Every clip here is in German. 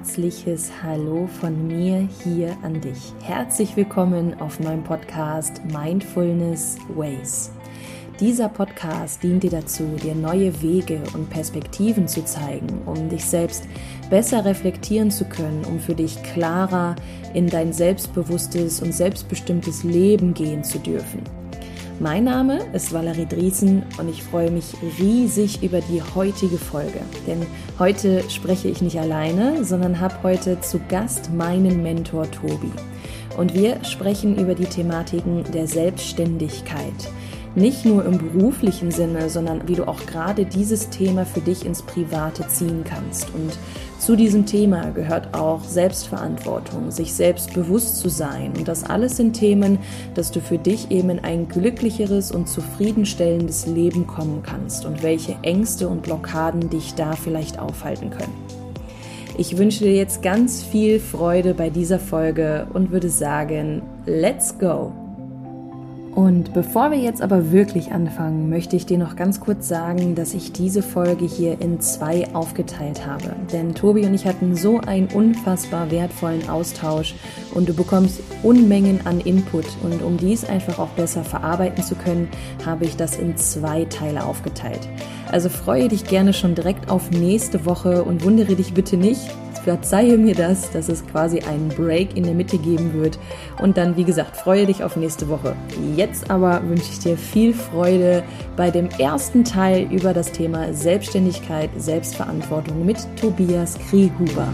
herzliches Hallo von mir hier an dich. Herzlich willkommen auf meinem Podcast Mindfulness Ways. Dieser Podcast dient dir dazu, dir neue Wege und Perspektiven zu zeigen, um dich selbst besser reflektieren zu können, um für dich klarer in dein selbstbewusstes und selbstbestimmtes Leben gehen zu dürfen. Mein Name ist Valerie Driesen und ich freue mich riesig über die heutige Folge, denn heute spreche ich nicht alleine, sondern habe heute zu Gast meinen Mentor Tobi. Und wir sprechen über die Thematiken der Selbstständigkeit. Nicht nur im beruflichen Sinne, sondern wie du auch gerade dieses Thema für dich ins Private ziehen kannst. Und zu diesem Thema gehört auch Selbstverantwortung, sich selbst bewusst zu sein. Und das alles sind Themen, dass du für dich eben in ein glücklicheres und zufriedenstellendes Leben kommen kannst und welche Ängste und Blockaden dich da vielleicht aufhalten können. Ich wünsche dir jetzt ganz viel Freude bei dieser Folge und würde sagen, let's go! Und bevor wir jetzt aber wirklich anfangen, möchte ich dir noch ganz kurz sagen, dass ich diese Folge hier in 2 aufgeteilt habe. Denn Tobi und ich hatten so einen unfassbar wertvollen Austausch und du bekommst Unmengen an Input. Und um dies einfach auch besser verarbeiten zu können, habe ich das in 2 Teile aufgeteilt. Also freue dich gerne schon direkt auf nächste Woche und wundere dich bitte nicht. Verzeihe mir das, dass es quasi einen Break in der Mitte geben wird. Und dann, wie gesagt, freue dich auf nächste Woche. Jetzt aber wünsche ich dir viel Freude bei dem ersten Teil über das Thema Selbstständigkeit, Selbstverantwortung mit Tobias Kriehuber.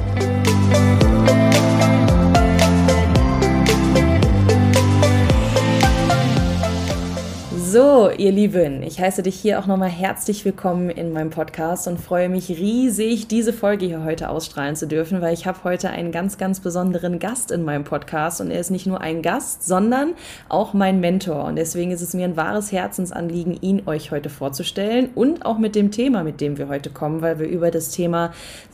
So, ihr Lieben, ich heiße dich hier auch nochmal herzlich willkommen in meinem Podcast und freue mich riesig, diese Folge hier heute ausstrahlen zu dürfen, weil ich habe heute einen ganz, ganz besonderen Gast in meinem Podcast und er ist nicht nur ein Gast, sondern auch mein Mentor und deswegen ist es mir ein wahres Herzensanliegen, ihn euch heute vorzustellen und auch mit dem Thema, mit dem wir heute kommen, weil wir über das Thema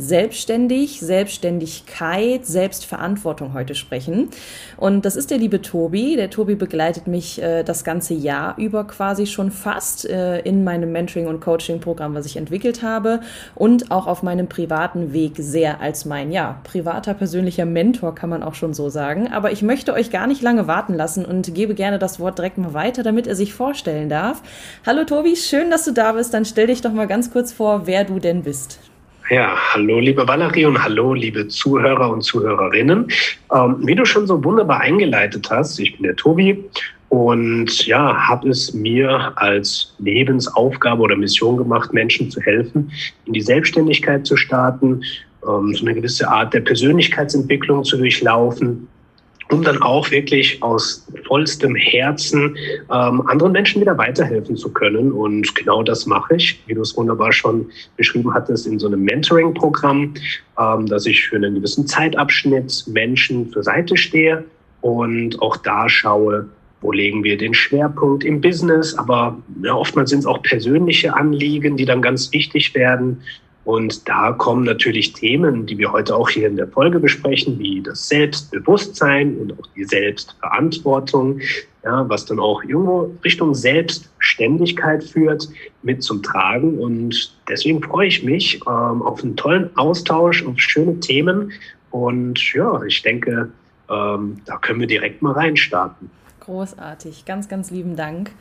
Selbstständigkeit, Selbstverantwortung heute sprechen und das ist der liebe Tobi. Der Tobi begleitet mich das ganze Jahr über quasi schon fast in meinem Mentoring- und Coaching-Programm, was ich entwickelt habe und auch auf meinem privaten Weg sehr als mein, privater, persönlicher Mentor, kann man auch schon so sagen. Aber ich möchte euch gar nicht lange warten lassen und gebe gerne das Wort direkt mal weiter, damit er sich vorstellen darf. Hallo Tobi, schön, dass du da bist. Dann stell dich doch mal ganz kurz vor, wer du denn bist. Ja, hallo liebe Valerie und hallo liebe Zuhörer und Zuhörerinnen. Wie du schon so wunderbar eingeleitet hast, ich bin der Tobi. Und habe es mir als Lebensaufgabe oder Mission gemacht, Menschen zu helfen, in die Selbstständigkeit zu starten, so eine gewisse Art der Persönlichkeitsentwicklung zu durchlaufen, um dann auch wirklich aus vollstem Herzen anderen Menschen wieder weiterhelfen zu können. Und genau das mache ich, wie du es wunderbar schon beschrieben hattest, in so einem Mentoring-Programm, dass ich für einen gewissen Zeitabschnitt Menschen zur Seite stehe und auch da schaue, wo legen wir den Schwerpunkt im Business? Aber oftmals sind es auch persönliche Anliegen, die dann ganz wichtig werden. Und da kommen natürlich Themen, die wir heute auch hier in der Folge besprechen, wie das Selbstbewusstsein und auch die Selbstverantwortung, was dann auch irgendwo Richtung Selbstständigkeit führt, mit zum Tragen. Und deswegen freue ich mich auf einen tollen Austausch, auf schöne Themen. Und ich denke, da können wir direkt mal reinstarten. Großartig, ganz, ganz lieben Dank.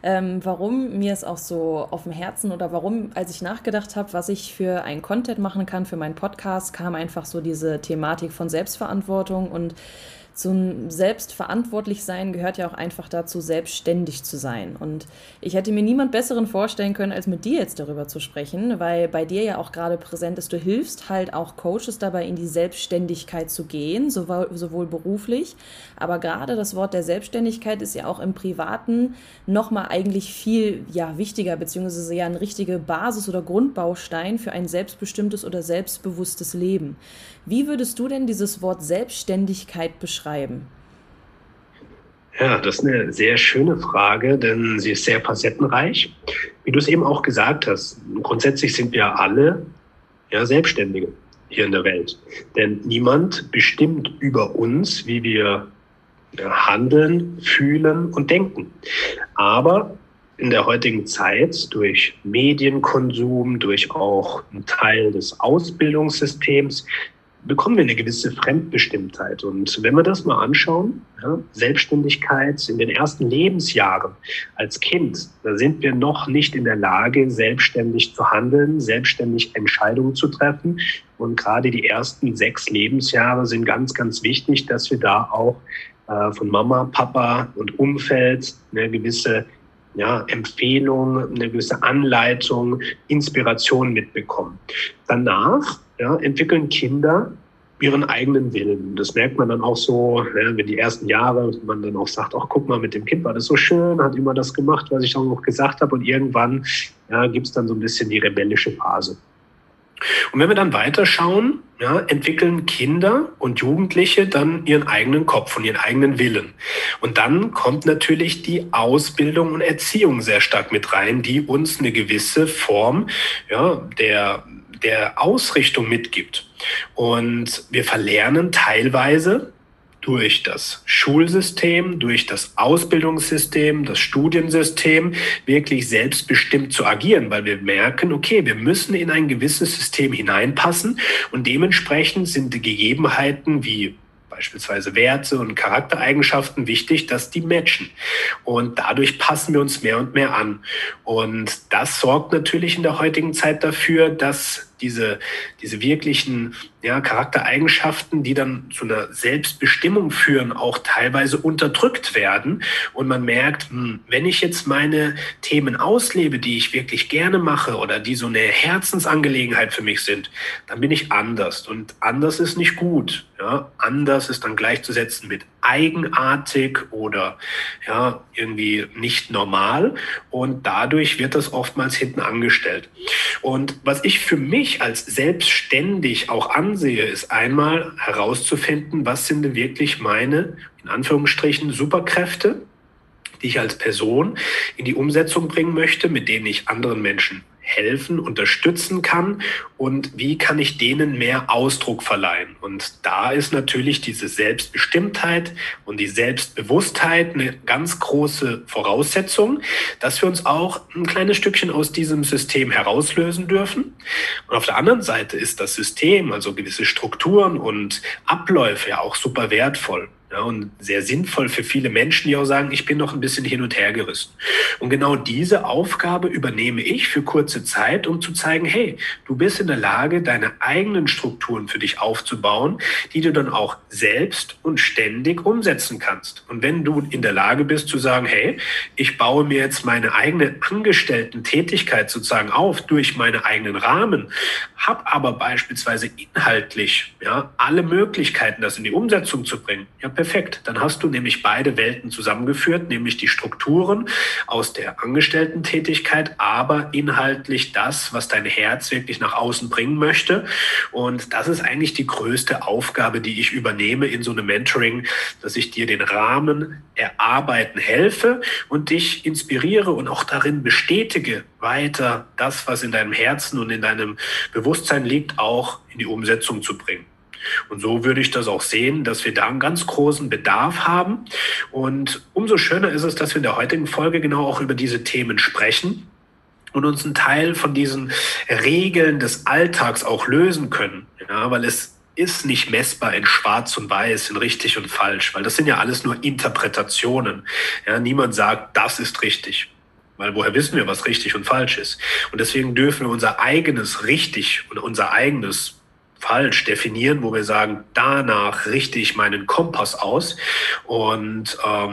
Warum mir es auch so auf dem Herzen oder warum, als ich nachgedacht habe, was ich für einen Content machen kann für meinen Podcast, kam einfach so diese Thematik von Selbstverantwortung und zum Selbstverantwortlichsein gehört ja auch einfach dazu, selbstständig zu sein. Und ich hätte mir niemand Besseren vorstellen können, als mit dir jetzt darüber zu sprechen, weil bei dir ja auch gerade präsent ist, du hilfst halt auch Coaches dabei, in die Selbstständigkeit zu gehen, sowohl beruflich, aber gerade das Wort der Selbstständigkeit ist ja auch im Privaten nochmal eigentlich viel wichtiger, beziehungsweise ja eine richtige Basis oder Grundbaustein für ein selbstbestimmtes oder selbstbewusstes Leben. Wie würdest du denn dieses Wort Selbstständigkeit beschreiben? Ja, das ist eine sehr schöne Frage, denn sie ist sehr facettenreich. Wie du es eben auch gesagt hast, grundsätzlich sind wir alle Selbstständige hier in der Welt. Denn niemand bestimmt über uns, wie wir handeln, fühlen und denken. Aber in der heutigen Zeit durch Medienkonsum, durch auch einen Teil des Ausbildungssystems, bekommen wir eine gewisse Fremdbestimmtheit. Und wenn wir das mal anschauen, ja, Selbstständigkeit in den ersten Lebensjahren als Kind, da sind wir noch nicht in der Lage, selbstständig zu handeln, selbstständig Entscheidungen zu treffen. Und gerade die ersten 6 Lebensjahre sind ganz, ganz wichtig, dass wir da auch von Mama, Papa und Umfeld eine gewisse Empfehlung, eine gewisse Anleitung, Inspiration mitbekommen. Danach entwickeln Kinder ihren eigenen Willen. Das merkt man dann auch so, wenn die ersten Jahre man dann auch sagt, ach guck mal, mit dem Kind war das so schön, hat immer das gemacht, was ich auch noch gesagt habe. Und irgendwann gibt's dann so ein bisschen die rebellische Phase. Und wenn wir dann weiterschauen, entwickeln Kinder und Jugendliche dann ihren eigenen Kopf und ihren eigenen Willen. Und dann kommt natürlich die Ausbildung und Erziehung sehr stark mit rein, die uns eine gewisse Form der Ausrichtung mitgibt. Und wir verlernen teilweise durch das Schulsystem, durch das Ausbildungssystem, das Studiensystem wirklich selbstbestimmt zu agieren, weil wir merken, okay, wir müssen in ein gewisses System hineinpassen und dementsprechend sind die Gegebenheiten wie beispielsweise Werte und Charaktereigenschaften wichtig, dass die matchen. Und dadurch passen wir uns mehr und mehr an. Und das sorgt natürlich in der heutigen Zeit dafür, dass diese wirklichen Charaktereigenschaften, die dann zu einer Selbstbestimmung führen, auch teilweise unterdrückt werden. Und man merkt, wenn ich jetzt meine Themen auslebe, die ich wirklich gerne mache oder die so eine Herzensangelegenheit für mich sind, dann bin ich anders. Und anders ist nicht gut. Ja? Anders ist dann gleichzusetzen mit eigenartig oder irgendwie nicht normal. Und dadurch wird das oftmals hinten angestellt. Und was ich für mich als selbstständig auch ansehe, ist einmal herauszufinden, was sind denn wirklich meine, in Anführungsstrichen, Superkräfte, die ich als Person in die Umsetzung bringen möchte, mit denen ich anderen Menschen helfen, unterstützen kann und wie kann ich denen mehr Ausdruck verleihen. Und da ist natürlich diese Selbstbestimmtheit und die Selbstbewusstheit eine ganz große Voraussetzung, dass wir uns auch ein kleines Stückchen aus diesem System herauslösen dürfen. Und auf der anderen Seite ist das System, also gewisse Strukturen und Abläufe ja auch super wertvoll. Ja, und sehr sinnvoll für viele Menschen, die auch sagen, ich bin noch ein bisschen hin und her gerissen. Und genau diese Aufgabe übernehme ich für kurze Zeit, um zu zeigen, hey, du bist in der Lage, deine eigenen Strukturen für dich aufzubauen, die du dann auch selbst und ständig umsetzen kannst. Und wenn du in der Lage bist zu sagen, hey, ich baue mir jetzt meine eigene Angestellten-Tätigkeit sozusagen auf durch meine eigenen Rahmen, habe aber beispielsweise inhaltlich alle Möglichkeiten, das in die Umsetzung zu bringen, perfekt. Dann hast du nämlich beide Welten zusammengeführt, nämlich die Strukturen aus der Angestellten-Tätigkeit, aber inhaltlich das, was dein Herz wirklich nach außen bringen möchte. Und das ist eigentlich die größte Aufgabe, die ich übernehme in so einem Mentoring, dass ich dir den Rahmen erarbeiten helfe und dich inspiriere und auch darin bestätige, weiter das, was in deinem Herzen und in deinem Bewusstsein liegt, auch in die Umsetzung zu bringen. Und so würde ich das auch sehen, dass wir da einen ganz großen Bedarf haben. Und umso schöner ist es, dass wir in der heutigen Folge genau auch über diese Themen sprechen und uns einen Teil von diesen Regeln des Alltags auch lösen können. Ja, weil es ist nicht messbar in Schwarz und Weiß, in richtig und falsch, weil das sind ja alles nur Interpretationen. Ja, niemand sagt, das ist richtig. Weil woher wissen wir, was richtig und falsch ist? Und deswegen dürfen wir unser eigenes richtig und unser eigenes falsch definieren, wo wir sagen, danach richte ich meinen Kompass aus. Und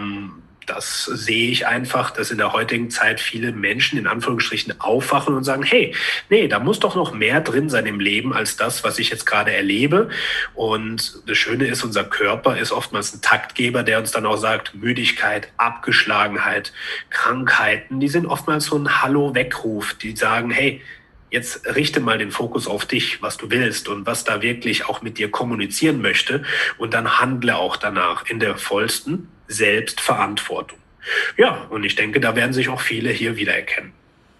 das sehe ich einfach, dass in der heutigen Zeit viele Menschen in Anführungsstrichen aufwachen und sagen, hey, nee, da muss doch noch mehr drin sein im Leben als das, was ich jetzt gerade erlebe. Und das Schöne ist, unser Körper ist oftmals ein Taktgeber, der uns dann auch sagt, Müdigkeit, Abgeschlagenheit, Krankheiten, die sind oftmals so ein Hallo-Weckruf, die sagen, hey, jetzt richte mal den Fokus auf dich, was du willst und was da wirklich auch mit dir kommunizieren möchte und dann handle auch danach in der vollsten Selbstverantwortung. Ja, und ich denke, da werden sich auch viele hier wiedererkennen.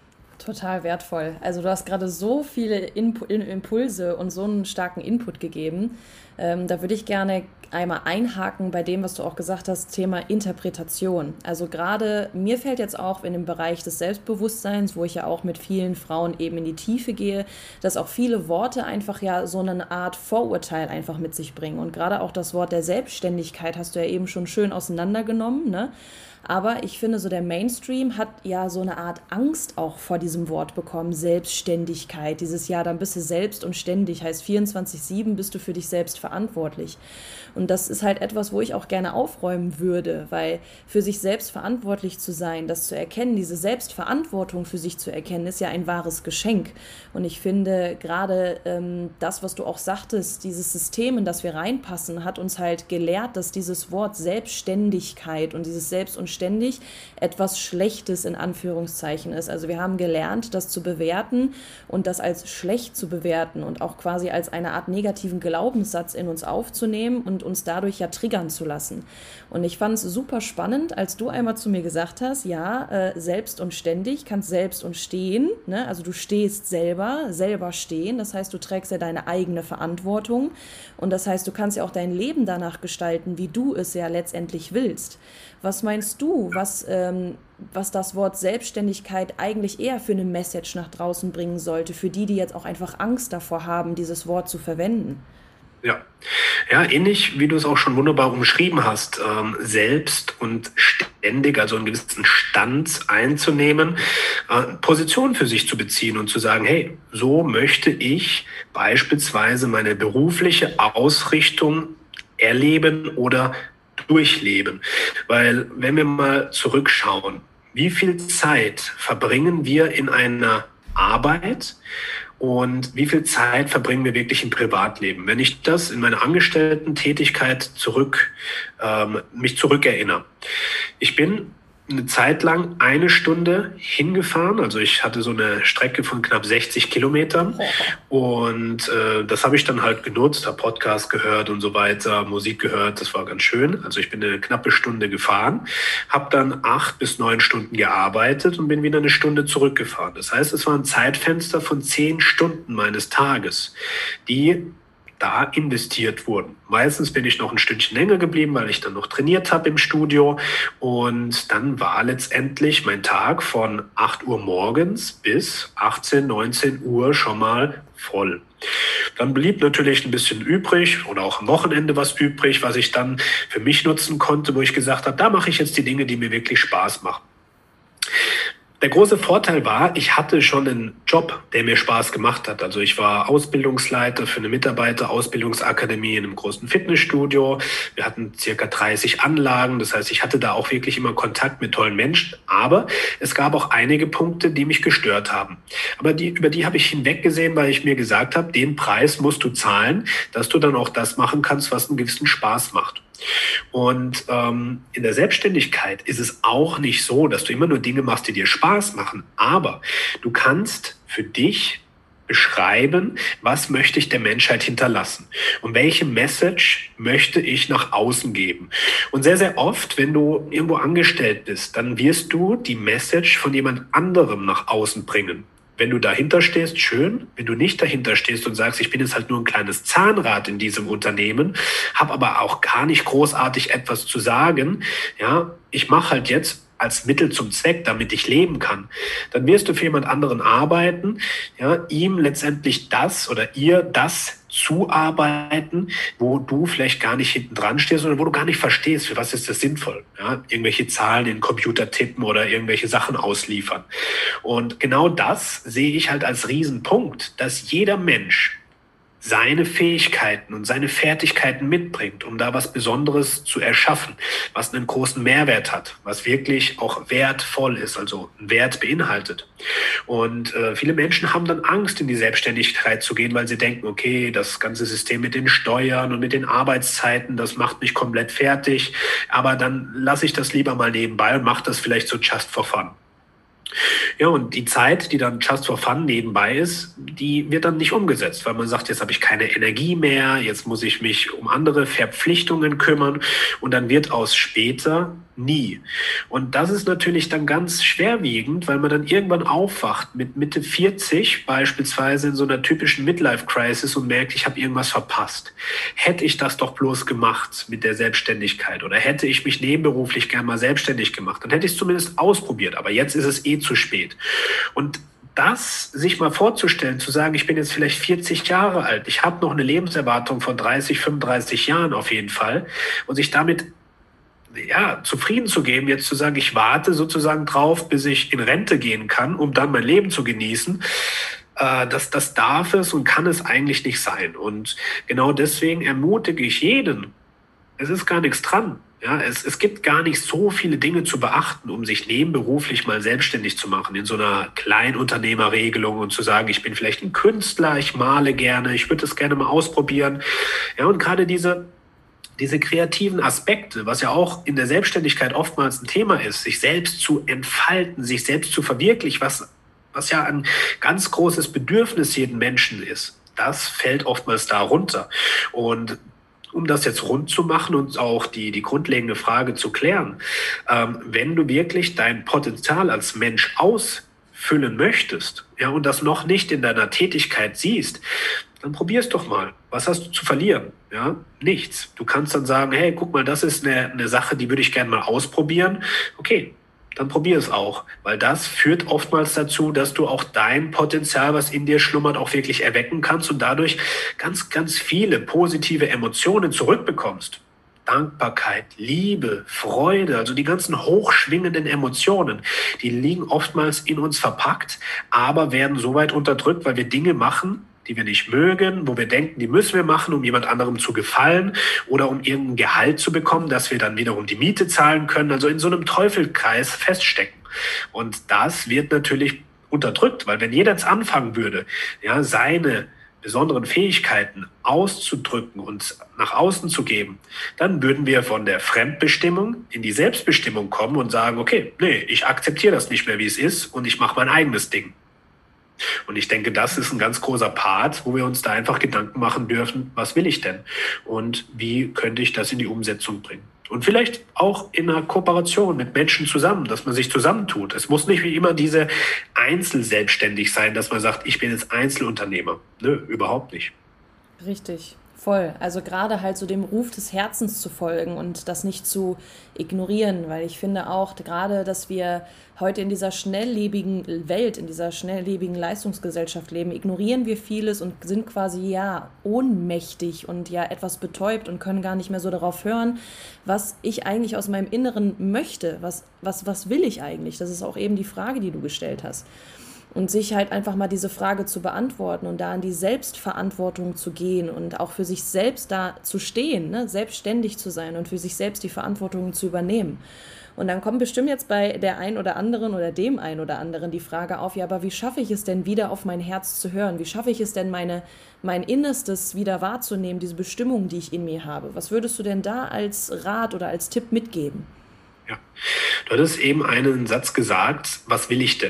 Total wertvoll. Also du hast gerade so viele Impulse und so einen starken Input gegeben. Da würde ich gerne einmal einhaken bei dem, was du auch gesagt hast, Thema Interpretation. Also gerade mir fällt jetzt auch in dem Bereich des Selbstbewusstseins, wo ich ja auch mit vielen Frauen eben in die Tiefe gehe, dass auch viele Worte einfach ja so eine Art Vorurteil einfach mit sich bringen. Und gerade auch das Wort der Selbstständigkeit hast du ja eben schon schön auseinandergenommen, ne? Aber ich finde, so der Mainstream hat ja so eine Art Angst auch vor diesem Wort bekommen, Selbstständigkeit. Dieses Jahr, dann bist du selbst und ständig, heißt 24/7 bist du für dich selbst verantwortlich. Und das ist halt etwas, wo ich auch gerne aufräumen würde, weil für sich selbst verantwortlich zu sein, das zu erkennen, diese Selbstverantwortung für sich zu erkennen, ist ja ein wahres Geschenk. Und ich finde gerade das, was du auch sagtest, dieses System, in das wir reinpassen, hat uns halt gelehrt, dass dieses Wort Selbstständigkeit und dieses Selbst und ständig etwas Schlechtes in Anführungszeichen ist. Also wir haben gelernt, das zu bewerten und das als schlecht zu bewerten und auch quasi als eine Art negativen Glaubenssatz in uns aufzunehmen und uns dadurch ja triggern zu lassen. Und ich fand es super spannend, als du einmal zu mir gesagt hast, ja, selbst und ständig, kannst selbst und stehen, ne? Also du stehst selber stehen, das heißt, du trägst ja deine eigene Verantwortung und das heißt, du kannst ja auch dein Leben danach gestalten, wie du es ja letztendlich willst. Was meinst du, was das Wort Selbstständigkeit eigentlich eher für eine Message nach draußen bringen sollte, für die jetzt auch einfach Angst davor haben, dieses Wort zu verwenden? Ja. Ja, ähnlich wie du es auch schon wunderbar umschrieben hast, selbst und ständig, also einen gewissen Stand einzunehmen, Position für sich zu beziehen und zu sagen, hey, so möchte ich beispielsweise meine berufliche Ausrichtung erleben oder durchleben. Weil wenn wir mal zurückschauen, wie viel Zeit verbringen wir in einer Arbeit und wie viel Zeit verbringen wir wirklich im Privatleben? Wenn ich das in meiner Angestellten-Tätigkeit mich zurückerinnere. Ich bin eine Zeit lang 1 Stunde hingefahren. Also ich hatte so eine Strecke von knapp 60 Kilometern und das habe ich dann halt genutzt, habe Podcast gehört und so weiter, Musik gehört. Das war ganz schön. Also ich bin eine knappe Stunde gefahren, habe dann 8 bis 9 Stunden gearbeitet und bin wieder 1 Stunde zurückgefahren. Das heißt, es war ein Zeitfenster von 10 Stunden meines Tages, die da investiert wurden. Meistens bin ich noch ein Stündchen länger geblieben, weil ich dann noch trainiert habe im Studio. Und dann war letztendlich mein Tag von 8 Uhr morgens bis 18, 19 Uhr schon mal voll. Dann blieb natürlich ein bisschen übrig oder auch am Wochenende was übrig, was ich dann für mich nutzen konnte, wo ich gesagt habe, da mache ich jetzt die Dinge, die mir wirklich Spaß machen. Der große Vorteil war, ich hatte schon einen Job, der mir Spaß gemacht hat. Also ich war Ausbildungsleiter für eine Mitarbeiter-Ausbildungsakademie in einem großen Fitnessstudio. Wir hatten circa 30 Anlagen. Das heißt, ich hatte da auch wirklich immer Kontakt mit tollen Menschen. Aber es gab auch einige Punkte, die mich gestört haben. Aber über die habe ich hinweggesehen, weil ich mir gesagt habe, den Preis musst du zahlen, dass du dann auch das machen kannst, was einen gewissen Spaß macht. Und in der Selbstständigkeit ist es auch nicht so, dass du immer nur Dinge machst, die dir Spaß machen. Aber du kannst für dich beschreiben, was möchte ich der Menschheit hinterlassen und welche Message möchte ich nach außen geben. Und sehr, sehr oft, wenn du irgendwo angestellt bist, dann wirst du die Message von jemand anderem nach außen bringen. Wenn du dahinter stehst, schön. Wenn du nicht dahinter stehst und sagst, ich bin jetzt halt nur ein kleines Zahnrad in diesem Unternehmen, habe aber auch gar nicht großartig etwas zu sagen, ja, ich mache halt jetzt als Mittel zum Zweck, damit ich leben kann, dann wirst du für jemand anderen arbeiten, ja, ihm letztendlich das oder ihr das zuarbeiten, wo du vielleicht gar nicht hinten dran stehst oder wo du gar nicht verstehst, für was ist das sinnvoll. Ja? Irgendwelche Zahlen in den Computer tippen oder irgendwelche Sachen ausliefern. Und genau das sehe ich halt als Riesenpunkt, dass jeder Mensch seine Fähigkeiten und seine Fertigkeiten mitbringt, um da was Besonderes zu erschaffen, was einen großen Mehrwert hat, was wirklich auch wertvoll ist, also einen Wert beinhaltet. Und viele Menschen haben dann Angst, in die Selbstständigkeit zu gehen, weil sie denken, okay, das ganze System mit den Steuern und mit den Arbeitszeiten, das macht mich komplett fertig, aber dann lasse ich das lieber mal nebenbei und mache das vielleicht so just for fun. Ja, und die Zeit, die dann just for fun nebenbei ist, die wird dann nicht umgesetzt, weil man sagt, jetzt habe ich keine Energie mehr, jetzt muss ich mich um andere Verpflichtungen kümmern und dann wird aus später nie. Und das ist natürlich dann ganz schwerwiegend, weil man dann irgendwann aufwacht mit Mitte 40 beispielsweise in so einer typischen Midlife-Crisis und merkt, ich habe irgendwas verpasst. Hätte ich das doch bloß gemacht mit der Selbstständigkeit oder hätte ich mich nebenberuflich gerne mal selbstständig gemacht, dann hätte ich es zumindest ausprobiert, aber jetzt ist es zu spät. Und das sich mal vorzustellen, zu sagen, ich bin jetzt vielleicht 40 Jahre alt, ich habe noch eine Lebenserwartung von 30, 35 Jahren auf jeden Fall und sich damit zufrieden zu geben, jetzt zu sagen, ich warte sozusagen drauf, bis ich in Rente gehen kann, um dann mein Leben zu genießen, das darf es und kann es eigentlich nicht sein. Und genau deswegen ermutige ich jeden, es ist gar nichts dran. Ja, es gibt gar nicht so viele Dinge zu beachten, um sich nebenberuflich mal selbstständig zu machen, in so einer Kleinunternehmerregelung und zu sagen, ich bin vielleicht ein Künstler, ich male gerne, ich würde das gerne mal ausprobieren. Ja, und gerade diese kreativen Aspekte, was ja auch in der Selbstständigkeit oftmals ein Thema ist, sich selbst zu entfalten, sich selbst zu verwirklichen, was ja ein ganz großes Bedürfnis jeden Menschen ist, das fällt oftmals da runter. Und um das jetzt rund zu machen und auch die grundlegende Frage zu klären, wenn du wirklich dein Potenzial als Mensch ausfüllen möchtest, ja, und das noch nicht in deiner Tätigkeit siehst, dann probier's doch mal. Was hast du zu verlieren? Ja, nichts. Du kannst dann sagen, hey, guck mal, das ist eine Sache, die würde ich gerne mal ausprobieren. Okay, dann probier es auch, weil das führt oftmals dazu, dass du auch dein Potenzial, was in dir schlummert, auch wirklich erwecken kannst und dadurch ganz, ganz viele positive Emotionen zurückbekommst. Dankbarkeit, Liebe, Freude, also die ganzen hochschwingenden Emotionen, die liegen oftmals in uns verpackt, aber werden so weit unterdrückt, weil wir Dinge machen, die wir nicht mögen, wo wir denken, die müssen wir machen, um jemand anderem zu gefallen oder um irgendein Gehalt zu bekommen, dass wir dann wiederum die Miete zahlen können, also in so einem Teufelskreis feststecken. Und das wird natürlich unterdrückt, weil wenn jeder jetzt anfangen würde, ja, seine besonderen Fähigkeiten auszudrücken und nach außen zu geben, dann würden wir von der Fremdbestimmung in die Selbstbestimmung kommen und sagen, okay, nee, ich akzeptiere das nicht mehr, wie es ist und ich mache mein eigenes Ding. Und ich denke, das ist ein ganz großer Part, wo wir uns da einfach Gedanken machen dürfen, was will ich denn? Und wie könnte ich das in die Umsetzung bringen? Und vielleicht auch in einer Kooperation mit Menschen zusammen, dass man sich zusammentut. Es muss nicht wie immer diese Einzelselbstständig sein, dass man sagt, ich bin jetzt Einzelunternehmer. Nö, überhaupt nicht. Richtig, voll. Also gerade halt so dem Ruf des Herzens zu folgen und das nicht zu ignorieren, weil ich finde auch gerade, dass wir heute in dieser schnelllebigen Welt, in dieser schnelllebigen Leistungsgesellschaft leben, ignorieren wir vieles und sind quasi ohnmächtig und etwas betäubt und können gar nicht mehr so darauf hören, was ich eigentlich aus meinem Inneren möchte, was will ich eigentlich? Das ist auch eben die Frage, die du gestellt hast. Und sich halt einfach mal diese Frage zu beantworten und da in die Selbstverantwortung zu gehen und auch für sich selbst da zu stehen, ne? Selbstständig zu sein und für sich selbst die Verantwortung zu übernehmen. Und dann kommt bestimmt jetzt bei der ein oder anderen oder dem ein oder anderen die Frage auf, ja, aber wie schaffe ich es denn wieder auf mein Herz zu hören? Wie schaffe ich es denn mein Innerstes wieder wahrzunehmen, diese Bestimmung, die ich in mir habe? Was würdest du denn da als Rat oder als Tipp mitgeben? Ja, du hattest eben einen Satz gesagt, was will ich denn?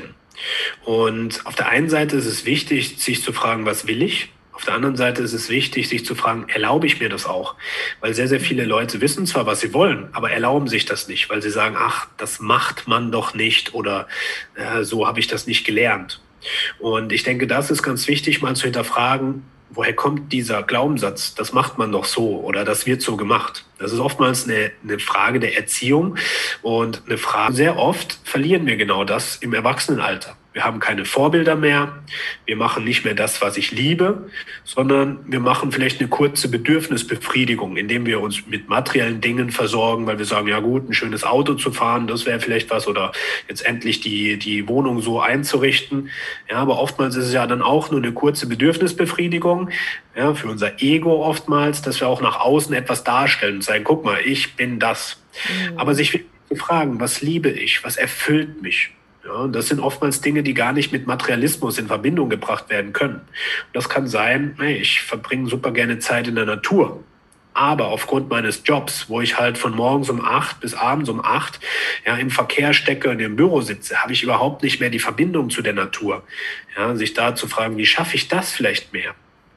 Und auf der einen Seite ist es wichtig, sich zu fragen, was will ich? Auf der anderen Seite ist es wichtig, sich zu fragen, erlaube ich mir das auch? Weil sehr, sehr viele Leute wissen zwar, was sie wollen, aber erlauben sich das nicht, weil sie sagen, ach, das macht man doch nicht oder so habe ich das nicht gelernt. Und ich denke, das ist ganz wichtig, mal zu hinterfragen, woher kommt dieser Glaubenssatz, das macht man doch so oder das wird so gemacht. Das ist oftmals eine Frage der Erziehung und eine Frage, sehr oft verlieren wir genau das im Erwachsenenalter. Wir haben keine Vorbilder mehr, wir machen nicht mehr das, was ich liebe, sondern wir machen vielleicht eine kurze Bedürfnisbefriedigung, indem wir uns mit materiellen Dingen versorgen, weil wir sagen, ja gut, ein schönes Auto zu fahren, das wäre vielleicht was oder jetzt endlich die Wohnung so einzurichten. Ja, aber oftmals ist es ja dann auch nur eine kurze Bedürfnisbefriedigung, ja, für unser Ego oftmals, dass wir auch nach außen etwas darstellen und sagen, guck mal, ich bin das. Aber sich wirklich zu fragen, was liebe ich, was erfüllt mich? Ja, und das sind oftmals Dinge, die gar nicht mit Materialismus in Verbindung gebracht werden können. Und das kann sein, hey, ich verbringe super gerne Zeit in der Natur. Aber aufgrund meines Jobs, wo ich halt von morgens um 8 bis abends um 8 im Verkehr stecke und im Büro sitze, habe ich überhaupt nicht mehr die Verbindung zu der Natur. Ja, sich da zu fragen, wie schaffe ich das vielleicht mehr?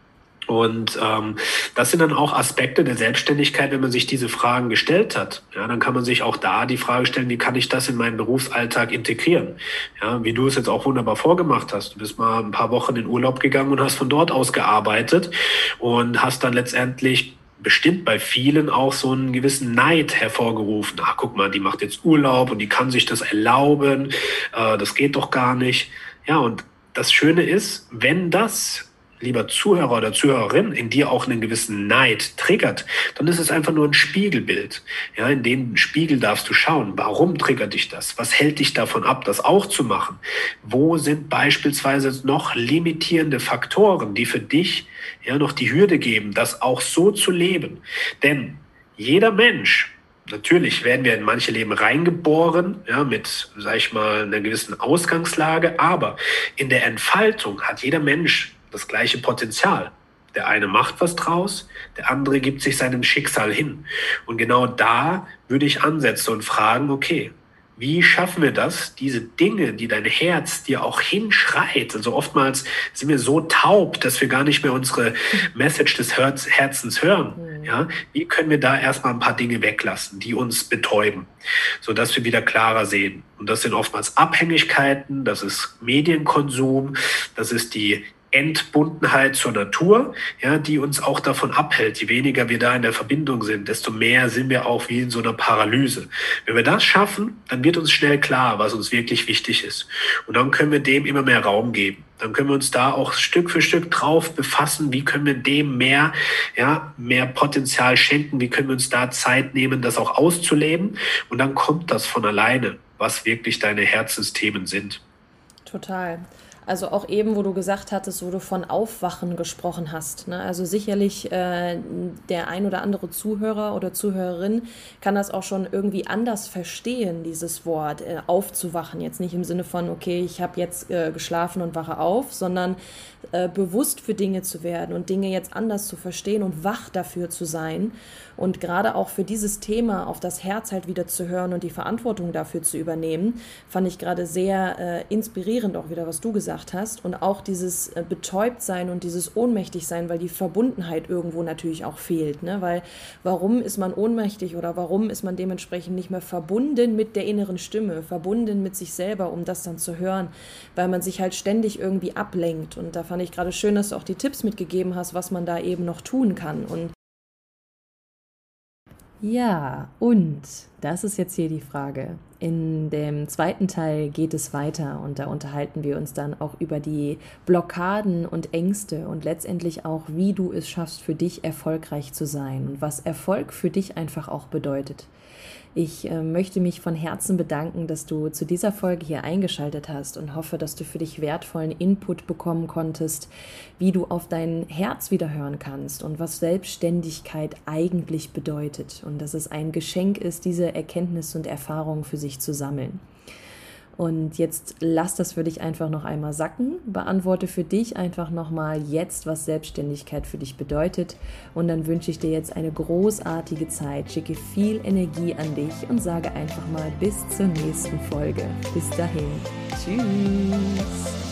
Und das sind dann auch Aspekte der Selbstständigkeit, wenn man sich diese Fragen gestellt hat. Ja, dann kann man sich auch da die Frage stellen, wie kann ich das in meinen Berufsalltag integrieren? Ja, wie du es jetzt auch wunderbar vorgemacht hast. Du bist mal ein paar Wochen in Urlaub gegangen und hast von dort aus gearbeitet und hast dann letztendlich bestimmt bei vielen auch so einen gewissen Neid hervorgerufen. Ach, guck mal, die macht jetzt Urlaub und die kann sich das erlauben. Das geht doch gar nicht. Ja, und das Schöne ist, wenn das, lieber Zuhörer oder Zuhörerin, in dir auch einen gewissen Neid triggert, dann ist es einfach nur ein Spiegelbild. Ja, in den Spiegel darfst du schauen, warum triggert dich das? Was hält dich davon ab, das auch zu machen? Wo sind beispielsweise noch limitierende Faktoren, die für dich noch die Hürde geben, das auch so zu leben? Denn jeder Mensch, natürlich werden wir in manche Leben reingeboren, mit, sag ich mal, einer gewissen Ausgangslage, aber in der Entfaltung hat jeder Mensch das gleiche Potenzial. Der eine macht was draus, der andere gibt sich seinem Schicksal hin. Und genau da würde ich ansetzen und fragen, okay, wie schaffen wir das, diese Dinge, die dein Herz dir auch hinschreit? Also oftmals sind wir so taub, dass wir gar nicht mehr unsere Message des Herzens hören. Ja? Wie können wir da erstmal ein paar Dinge weglassen, die uns betäuben, sodass wir wieder klarer sehen? Und das sind oftmals Abhängigkeiten, das ist Medienkonsum, das ist die Entbundenheit zur Natur, die uns auch davon abhält. Je weniger wir da in der Verbindung sind, desto mehr sind wir auch wie in so einer Paralyse. Wenn wir das schaffen, dann wird uns schnell klar, was uns wirklich wichtig ist. Und dann können wir dem immer mehr Raum geben. Dann können wir uns da auch Stück für Stück drauf befassen, wie können wir dem mehr Potenzial schenken, wie können wir uns da Zeit nehmen, das auch auszuleben. Und dann kommt das von alleine, was wirklich deine Herzensthemen sind. Total. Also auch eben, wo du gesagt hattest, wo du von Aufwachen gesprochen hast. Ne? Also sicherlich der ein oder andere Zuhörer oder Zuhörerin kann das auch schon irgendwie anders verstehen, dieses Wort aufzuwachen. Jetzt nicht im Sinne von, okay, ich habe jetzt geschlafen und wache auf, sondern bewusst für Dinge zu werden und Dinge jetzt anders zu verstehen und wach dafür zu sein. Und gerade auch für dieses Thema auf das Herz halt wieder zu hören und die Verantwortung dafür zu übernehmen, fand ich gerade sehr inspirierend auch wieder, was du gesagt hast. Und auch dieses Betäubtsein und dieses Ohnmächtigsein, weil die Verbundenheit irgendwo natürlich auch fehlt. Ne? Weil warum ist man ohnmächtig oder warum ist man dementsprechend nicht mehr verbunden mit der inneren Stimme, verbunden mit sich selber, um das dann zu hören, weil man sich halt ständig irgendwie ablenkt. Und da fand ich gerade schön, dass du auch die Tipps mitgegeben hast, was man da eben noch tun kann. Und ja, und das ist jetzt hier die Frage. In dem zweiten Teil geht es weiter und da unterhalten wir uns dann auch über die Blockaden und Ängste und letztendlich auch, wie du es schaffst, für dich erfolgreich zu sein und was Erfolg für dich einfach auch bedeutet. Ich möchte mich von Herzen bedanken, dass du zu dieser Folge hier eingeschaltet hast und hoffe, dass du für dich wertvollen Input bekommen konntest, wie du auf dein Herz wieder hören kannst und was Selbstständigkeit eigentlich bedeutet und dass es ein Geschenk ist, diese Erkenntnisse und Erfahrungen für sich zu sammeln. Und jetzt lass das für dich einfach noch einmal sacken, beantworte für dich einfach nochmal jetzt, was Selbstständigkeit für dich bedeutet und dann wünsche ich dir jetzt eine großartige Zeit, schicke viel Energie an dich und sage einfach mal bis zur nächsten Folge. Bis dahin. Tschüss.